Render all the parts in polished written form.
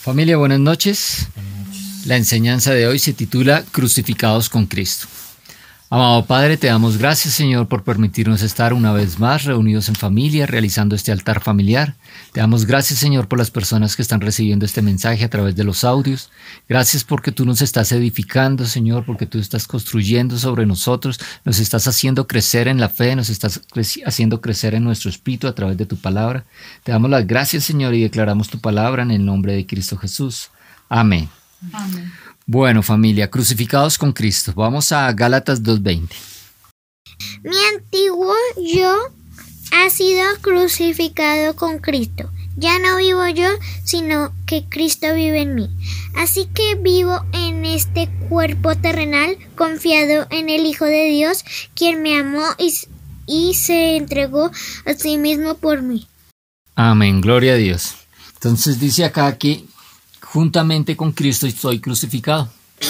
Familia, buenas noches. La enseñanza de hoy se titula Crucificados con Cristo. Amado Padre, te damos gracias, Señor, por permitirnos estar una vez más reunidos en familia, realizando este altar familiar. Te damos gracias, Señor, por las personas que están recibiendo este mensaje a través de los audios. Gracias porque tú nos estás edificando, Señor, porque tú estás construyendo sobre nosotros, nos estás haciendo crecer en la fe, nos estás haciendo crecer en nuestro espíritu a través de tu palabra. Te damos las gracias, Señor, y declaramos tu palabra en el nombre de Cristo Jesús. Amén. Amén. Bueno, familia, crucificados con Cristo. Vamos a Gálatas 2:20. Mi antiguo yo ha sido crucificado con Cristo. Ya no vivo yo, sino que Cristo vive en mí. Así que vivo en este cuerpo terrenal, confiado en el Hijo de Dios, quien me amó y se entregó a sí mismo por mí. Amén, gloria a Dios. Entonces dice acá que juntamente con Cristo estoy crucificado.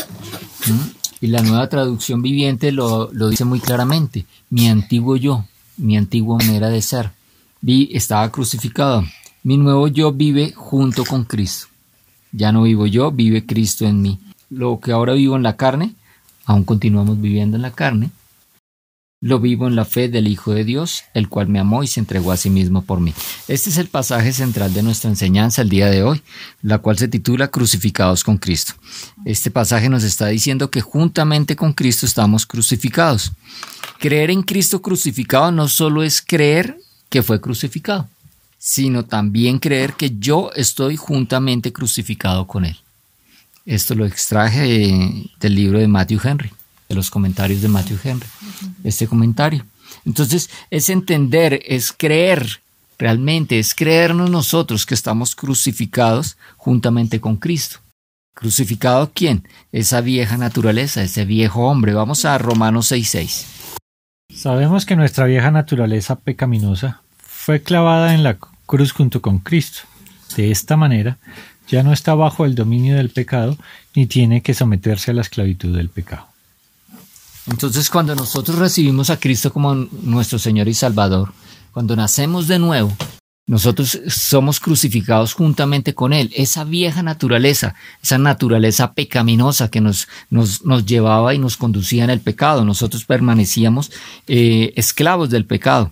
Y la Nueva Traducción Viviente lo dice muy claramente. Mi antiguo yo, mi antigua manera de ser, estaba crucificado. Mi nuevo yo vive junto con Cristo. Ya no vivo yo, vive Cristo en mí. Lo que ahora vivo en la carne, aún continuamos viviendo en la carne, lo vivo en la fe del Hijo de Dios, el cual me amó y se entregó a sí mismo por mí. Este es el pasaje central de nuestra enseñanza el día de hoy, la cual se titula Crucificados con Cristo. Este pasaje nos está diciendo que juntamente con Cristo estamos crucificados. Creer en Cristo crucificado no solo es creer que fue crucificado, sino también creer que yo estoy juntamente crucificado con Él. Esto lo extraje del libro de Matthew Henry, de los comentarios de Matthew Henry, este comentario. Entonces, es entender, es creer, realmente es creernos nosotros que estamos crucificados juntamente con Cristo. ¿Crucificado quién? Esa vieja naturaleza, ese viejo hombre. Vamos a Romanos 6:6. Sabemos que nuestra vieja naturaleza pecaminosa fue clavada en la cruz junto con Cristo. De esta manera, ya no está bajo el dominio del pecado ni tiene que someterse a la esclavitud del pecado. Entonces, cuando nosotros recibimos a Cristo como nuestro Señor y Salvador, cuando nacemos de nuevo, nosotros somos crucificados juntamente con Él. Esa vieja naturaleza, esa naturaleza pecaminosa que nos llevaba y nos conducía en el pecado, nosotros permanecíamos esclavos del pecado.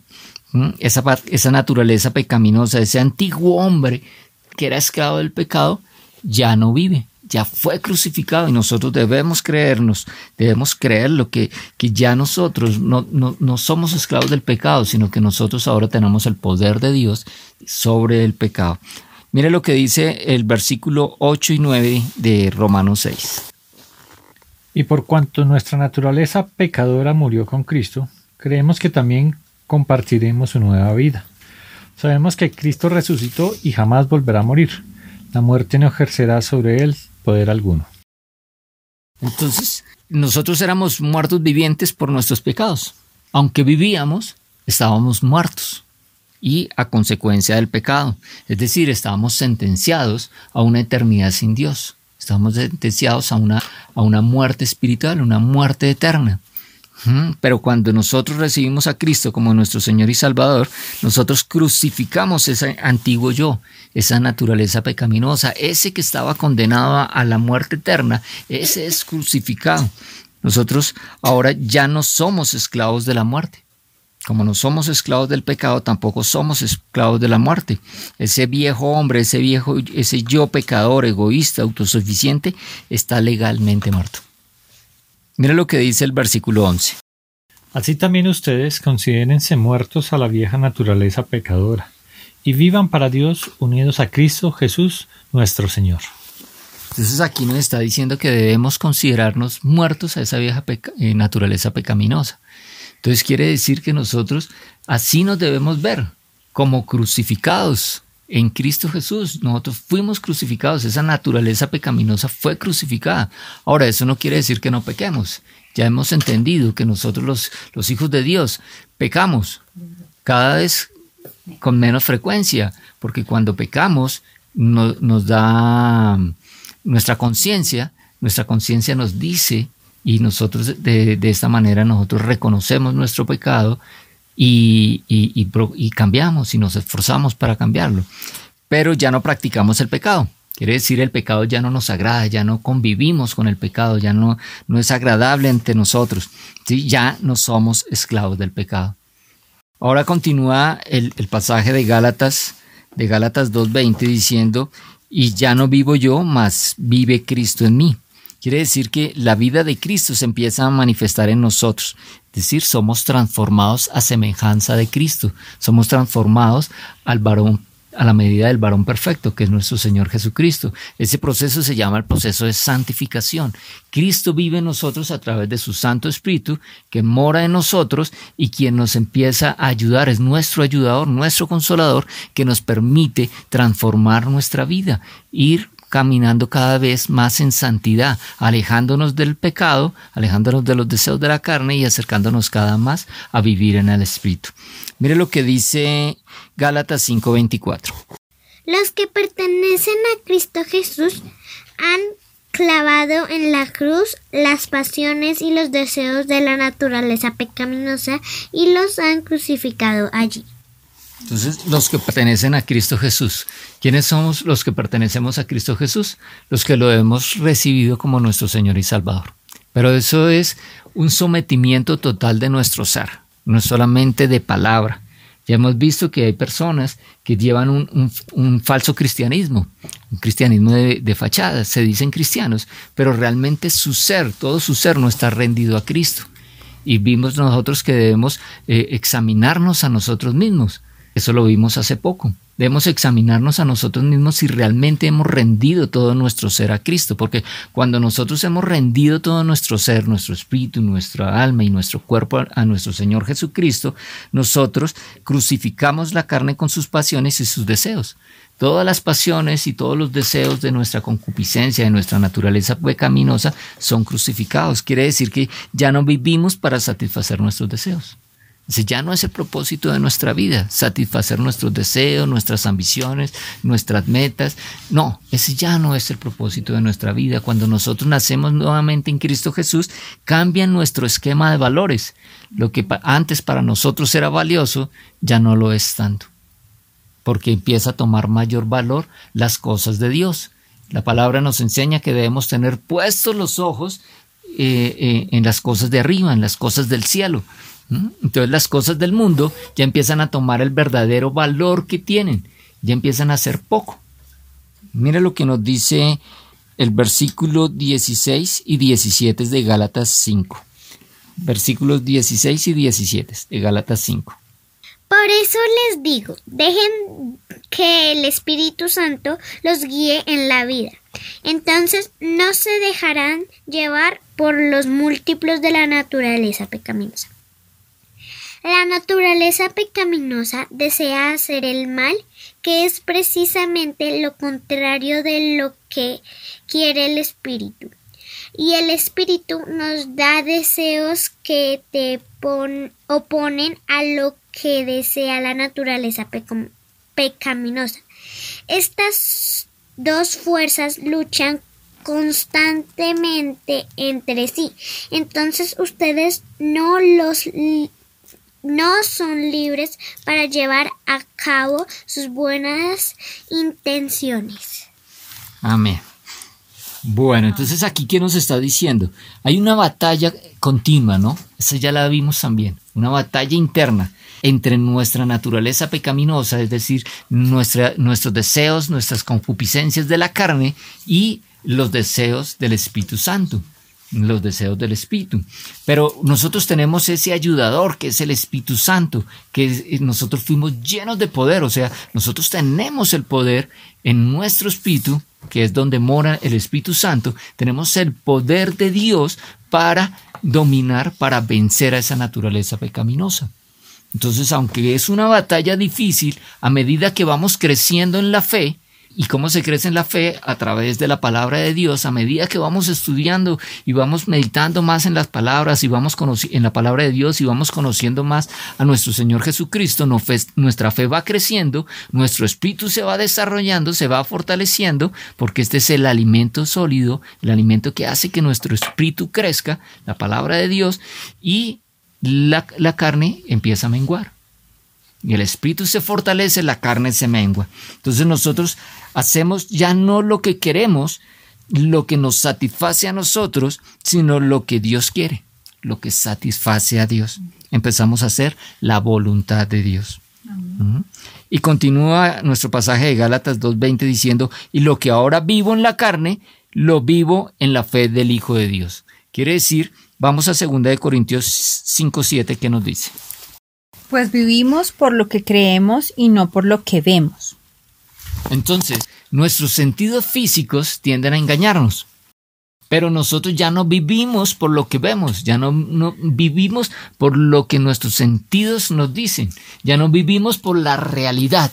Esa naturaleza pecaminosa, ese antiguo hombre que era esclavo del pecado, ya no vive. Ya fue crucificado y nosotros debemos creer lo que ya nosotros no somos esclavos del pecado, sino que nosotros ahora tenemos el poder de Dios sobre el pecado. Mire lo que dice el versículo 8 y 9 de Romanos 6. Y por cuanto nuestra naturaleza pecadora murió con Cristo, creemos que también compartiremos su nueva vida. Sabemos que Cristo resucitó y jamás volverá a morir. La muerte no ejercerá sobre él poder alguno. Entonces, nosotros éramos muertos vivientes por nuestros pecados. Aunque vivíamos, estábamos muertos y a consecuencia del pecado. Es decir, estábamos sentenciados a una eternidad sin Dios. Estábamos sentenciados a una muerte espiritual, una muerte eterna. Pero cuando nosotros recibimos a Cristo como nuestro Señor y Salvador, nosotros crucificamos ese antiguo yo, esa naturaleza pecaminosa, ese que estaba condenado a la muerte eterna, ese es crucificado. Nosotros ahora ya no somos esclavos de la muerte. Como no somos esclavos del pecado, tampoco somos esclavos de la muerte. Ese viejo hombre, ese yo pecador, egoísta, autosuficiente, está legalmente muerto. Mira lo que dice el versículo 11. Así también ustedes considérense muertos a la vieja naturaleza pecadora y vivan para Dios unidos a Cristo Jesús nuestro Señor. Entonces aquí nos está diciendo que debemos considerarnos muertos a esa vieja naturaleza pecaminosa. Entonces quiere decir que nosotros así nos debemos ver, como crucificados en Cristo Jesús. Nosotros fuimos crucificados, esa naturaleza pecaminosa fue crucificada. Ahora, eso no quiere decir que no pequemos. Ya hemos entendido que nosotros los hijos de Dios pecamos cada vez con menos frecuencia, porque cuando pecamos nos da nuestra conciencia nos dice, y nosotros de esta manera nosotros reconocemos nuestro pecado y cambiamos y nos esforzamos para cambiarlo. Pero ya no practicamos el pecado. Quiere decir, el pecado ya no nos agrada, ya no convivimos con el pecado, ya no es agradable ante nosotros, ¿sí? Ya no somos esclavos del pecado. Ahora continúa el pasaje de Gálatas 2:20 diciendo, y ya no vivo yo, mas vive Cristo en mí. Quiere decir que la vida de Cristo se empieza a manifestar en nosotros. Es decir, somos transformados a semejanza de Cristo. Somos transformados a la medida del varón perfecto, que es nuestro Señor Jesucristo. Ese proceso se llama el proceso de santificación. Cristo vive en nosotros a través de su Santo Espíritu, que mora en nosotros y quien nos empieza a ayudar, es nuestro ayudador, nuestro consolador, que nos permite transformar nuestra vida, ir caminando cada vez más en santidad, alejándonos del pecado, alejándonos de los deseos de la carne y acercándonos cada vez más a vivir en el Espíritu. Mire lo que dice Gálatas 5:24. Los que pertenecen a Cristo Jesús han clavado en la cruz las pasiones y los deseos de la naturaleza pecaminosa y los han crucificado allí. Entonces, los que pertenecen a Cristo Jesús. ¿Quiénes somos los que pertenecemos a Cristo Jesús? Los que lo hemos recibido como nuestro Señor y Salvador. Pero eso es un sometimiento total de nuestro ser, no es solamente de palabra. Ya hemos visto que hay personas que llevan un falso cristianismo, un cristianismo de fachada, se dicen cristianos, pero realmente su ser, todo su ser no está rendido a Cristo. Y vimos nosotros que debemos examinarnos a nosotros mismos. Eso lo vimos hace poco. Debemos examinarnos a nosotros mismos si realmente hemos rendido todo nuestro ser a Cristo, porque cuando nosotros hemos rendido todo nuestro ser, nuestro espíritu, nuestra alma y nuestro cuerpo a nuestro Señor Jesucristo, nosotros crucificamos la carne con sus pasiones y sus deseos. Todas las pasiones y todos los deseos de nuestra concupiscencia, de nuestra naturaleza pecaminosa, son crucificados. Quiere decir que ya no vivimos para satisfacer nuestros deseos. Ese ya no es el propósito de nuestra vida, satisfacer nuestros deseos, nuestras ambiciones, nuestras metas. No, ese ya no es el propósito de nuestra vida. Cuando nosotros nacemos nuevamente en Cristo Jesús, cambia nuestro esquema de valores. Lo que antes para nosotros era valioso, ya no lo es tanto, porque empieza a tomar mayor valor las cosas de Dios. La palabra nos enseña que debemos tener puestos los ojos en las cosas de arriba, en las cosas del cielo. Entonces las cosas del mundo ya empiezan a tomar el verdadero valor que tienen, ya empiezan a ser poco. Mira lo que nos dice el versículo 16 y 17 de Gálatas 5. Versículos 16 y 17 de Gálatas 5. Por eso les digo, dejen que el Espíritu Santo los guíe en la vida. Entonces no se dejarán llevar por los múltiplos de la naturaleza pecaminosa. La naturaleza pecaminosa desea hacer el mal, que es precisamente lo contrario de lo que quiere el Espíritu. Y el Espíritu nos da deseos que te oponen a lo que desea la naturaleza pecaminosa. Estas dos fuerzas luchan constantemente entre sí. Entonces ustedes no son libres para llevar a cabo sus buenas intenciones. Amén. Bueno, entonces aquí, ¿qué nos está diciendo? Hay una batalla continua, ¿no? Esa ya la vimos también. Una batalla interna entre nuestra naturaleza pecaminosa, es decir, nuestros deseos, nuestras concupiscencias de la carne y los deseos del Espíritu Santo. Los deseos del Espíritu. Pero nosotros tenemos ese ayudador que es el Espíritu Santo, que nosotros fuimos llenos de poder, o sea, nosotros tenemos el poder en nuestro espíritu, que es donde mora el Espíritu Santo. Tenemos el poder de Dios para dominar, para vencer a esa naturaleza pecaminosa. Entonces, aunque es una batalla difícil, a medida que vamos creciendo en la fe, ¿y cómo se crece en la fe? A través de la palabra de Dios. A medida que vamos estudiando y vamos meditando más en las palabras y vamos en la palabra de Dios y vamos conociendo más a nuestro Señor Jesucristo, nuestra fe va creciendo, nuestro espíritu se va desarrollando, se va fortaleciendo, porque este es el alimento sólido, el alimento que hace que nuestro espíritu crezca, la palabra de Dios, y la carne empieza a menguar. y el espíritu se fortalece, la carne se mengua. Entonces nosotros hacemos ya no lo que queremos, lo que nos satisface a nosotros, sino lo que Dios quiere, lo que satisface a Dios. Empezamos a hacer la voluntad de Dios. Y continúa nuestro pasaje de Gálatas 2:20 diciendo, y lo que ahora vivo en la carne, lo vivo en la fe del Hijo de Dios. Quiere decir, vamos a 2 Corintios 5:7, que nos dice. Pues vivimos por lo que creemos y no por lo que vemos. Entonces, nuestros sentidos físicos tienden a engañarnos, pero nosotros ya no vivimos por lo que vemos, ya no vivimos por lo que nuestros sentidos nos dicen, ya no vivimos por la realidad,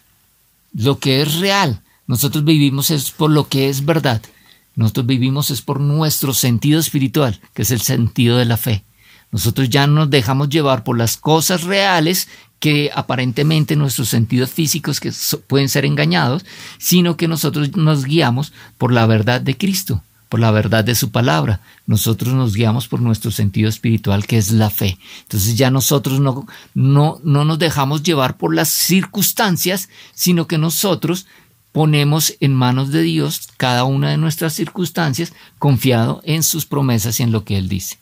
lo que es real. Nosotros vivimos es por lo que es verdad. Nosotros vivimos es por nuestro sentido espiritual, que es el sentido de la fe. Nosotros ya nos dejamos llevar por las cosas reales que aparentemente nuestros sentidos físicos que pueden ser engañados, sino que nosotros nos guiamos por la verdad de Cristo, por la verdad de su palabra. Nosotros nos guiamos por nuestro sentido espiritual, que es la fe. Entonces ya nosotros no nos dejamos llevar por las circunstancias, sino que nosotros ponemos en manos de Dios cada una de nuestras circunstancias, confiado en sus promesas y en lo que Él dice.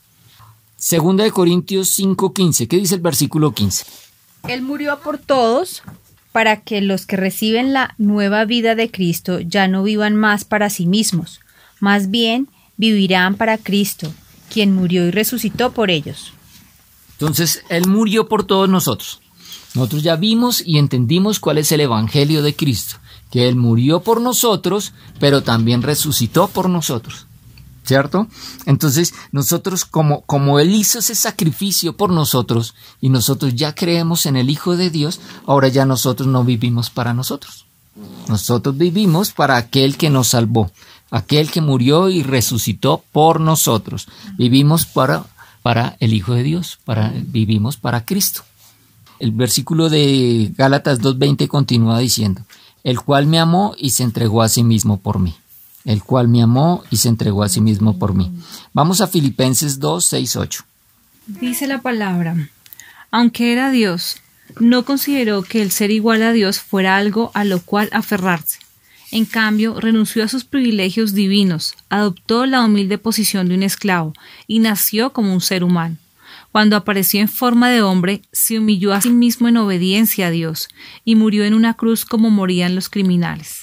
2 Corintios 5:15. ¿Qué dice el versículo 15? Él murió por todos para que los que reciben la nueva vida de Cristo ya no vivan más para sí mismos, más bien vivirán para Cristo, quien murió y resucitó por ellos. Entonces, Él murió por todos nosotros. Nosotros ya vimos y entendimos cuál es el evangelio de Cristo, que Él murió por nosotros, pero también resucitó por nosotros. ¿Cierto? Entonces, nosotros como Él hizo ese sacrificio por nosotros y nosotros ya creemos en el Hijo de Dios, ahora ya nosotros no vivimos para nosotros. Nosotros vivimos para aquel que nos salvó, aquel que murió y resucitó por nosotros. Vivimos para el Hijo de Dios, vivimos para Cristo. El versículo de Gálatas 2:20 continúa diciendo, el cual me amó y se entregó a sí mismo por mí. El cual me amó y se entregó a sí mismo por mí. Vamos a Filipenses 2:6-8. Dice la palabra, aunque era Dios, no consideró que el ser igual a Dios fuera algo a lo cual aferrarse. En cambio, renunció a sus privilegios divinos, adoptó la humilde posición de un esclavo y nació como un ser humano. Cuando apareció en forma de hombre, se humilló a sí mismo en obediencia a Dios y murió en una cruz como morían los criminales.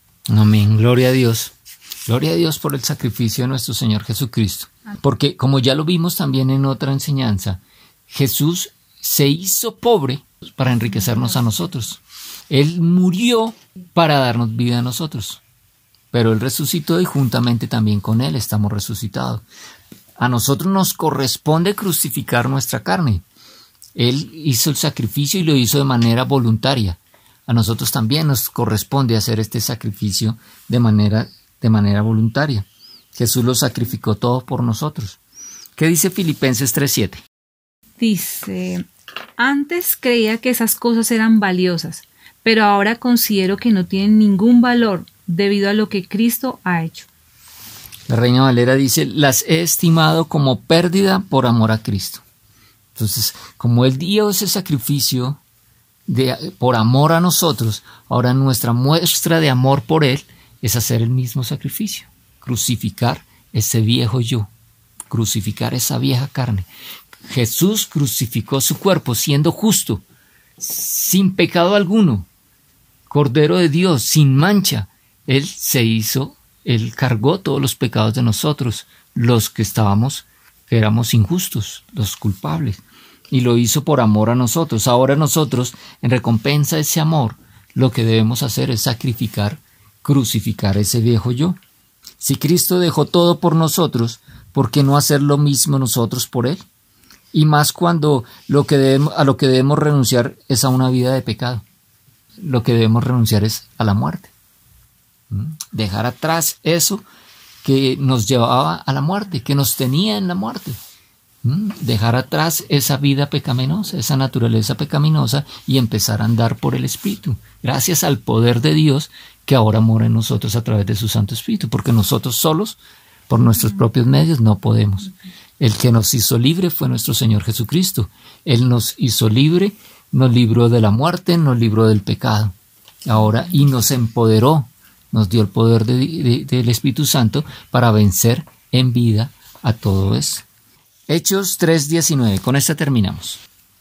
Amén, gloria a Dios. Gloria a Dios por el sacrificio de nuestro Señor Jesucristo. Porque, como ya lo vimos también en otra enseñanza, Jesús se hizo pobre para enriquecernos a nosotros. Él murió para darnos vida a nosotros. Pero Él resucitó y juntamente también con Él estamos resucitados. A nosotros nos corresponde crucificar nuestra carne. Él hizo el sacrificio y lo hizo de manera voluntaria. A nosotros también nos corresponde hacer este sacrificio de manera voluntaria. Jesús lo sacrificó todo por nosotros. ¿Qué dice Filipenses 3:7? Dice, antes creía que esas cosas eran valiosas, pero ahora considero que no tienen ningún valor debido a lo que Cristo ha hecho. La Reina Valera dice, las he estimado como pérdida por amor a Cristo. Entonces, como Él dio ese sacrificio por amor a nosotros, ahora nuestra muestra de amor por Él es hacer el mismo sacrificio, crucificar ese viejo yo, crucificar esa vieja carne. Jesús crucificó su cuerpo siendo justo, sin pecado alguno, Cordero de Dios, sin mancha. Él cargó todos los pecados de nosotros, los que éramos injustos, los culpables, y lo hizo por amor a nosotros. Ahora nosotros, en recompensa de ese amor, lo que debemos hacer es crucificar ese viejo yo. Si Cristo dejó todo por nosotros, ¿por qué no hacer lo mismo nosotros por Él? Y más cuando a lo que debemos renunciar es a una vida de pecado. Lo que debemos renunciar es a la muerte. Dejar atrás eso que nos llevaba a la muerte, que nos tenía en la muerte. Dejar atrás esa vida pecaminosa, esa naturaleza pecaminosa y empezar a andar por el Espíritu, gracias al poder de Dios que ahora mora en nosotros a través de su Santo Espíritu, porque nosotros solos, por nuestros propios medios, no podemos. El que nos hizo libre fue nuestro Señor Jesucristo. Él nos hizo libre nos libró de la muerte, nos libró del pecado. Ahora, y nos empoderó, nos dio el poder del Espíritu Santo para vencer en vida a todo eso. Hechos 3:19, con esta terminamos.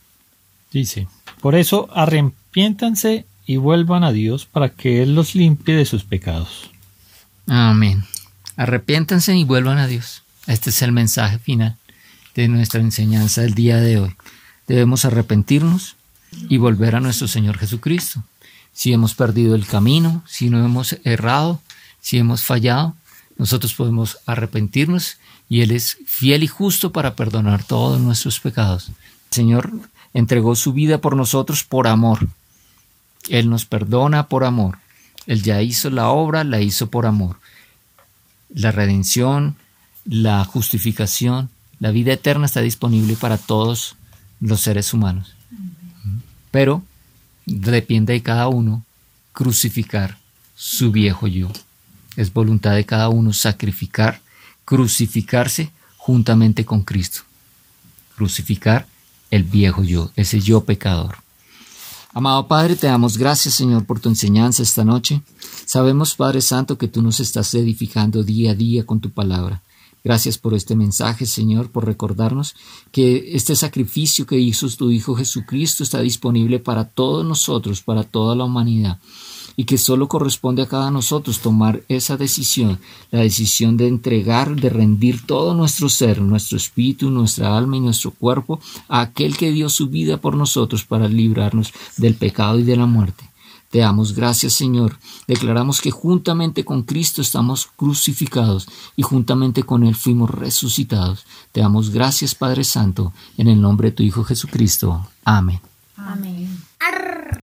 Dice, por eso arrepiéntanse y vuelvan a Dios para que Él los limpie de sus pecados. Amén. Arrepiéntanse y vuelvan a Dios. Este es el mensaje final de nuestra enseñanza del día de hoy. Debemos arrepentirnos y volver a nuestro Señor Jesucristo. Si hemos perdido el camino, si no hemos errado, si hemos fallado, nosotros podemos arrepentirnos y Él es fiel y justo para perdonar todos nuestros pecados. El Señor entregó su vida por nosotros por amor. Él nos perdona por amor. Él ya hizo la obra, la hizo por amor. La redención, la justificación, la vida eterna está disponible para todos los seres humanos. Pero depende de cada uno crucificar su viejo yo. Es voluntad de cada uno sacrificar, crucificarse juntamente con Cristo. Crucificar el viejo yo, ese yo pecador. Amado Padre, te damos gracias, Señor, por tu enseñanza esta noche. Sabemos, Padre Santo, que tú nos estás edificando día a día con tu palabra. Gracias por este mensaje, Señor, por recordarnos que este sacrificio que hizo tu Hijo Jesucristo está disponible para todos nosotros, para toda la humanidad, y que solo corresponde a cada nosotros tomar esa decisión, la decisión de entregar, de rendir todo nuestro ser, nuestro espíritu, nuestra alma y nuestro cuerpo a aquel que dio su vida por nosotros para librarnos del pecado y de la muerte. Te damos gracias, Señor. Declaramos que juntamente con Cristo estamos crucificados y juntamente con Él fuimos resucitados. Te damos gracias, Padre Santo, en el nombre de tu Hijo Jesucristo. Amén. Amén.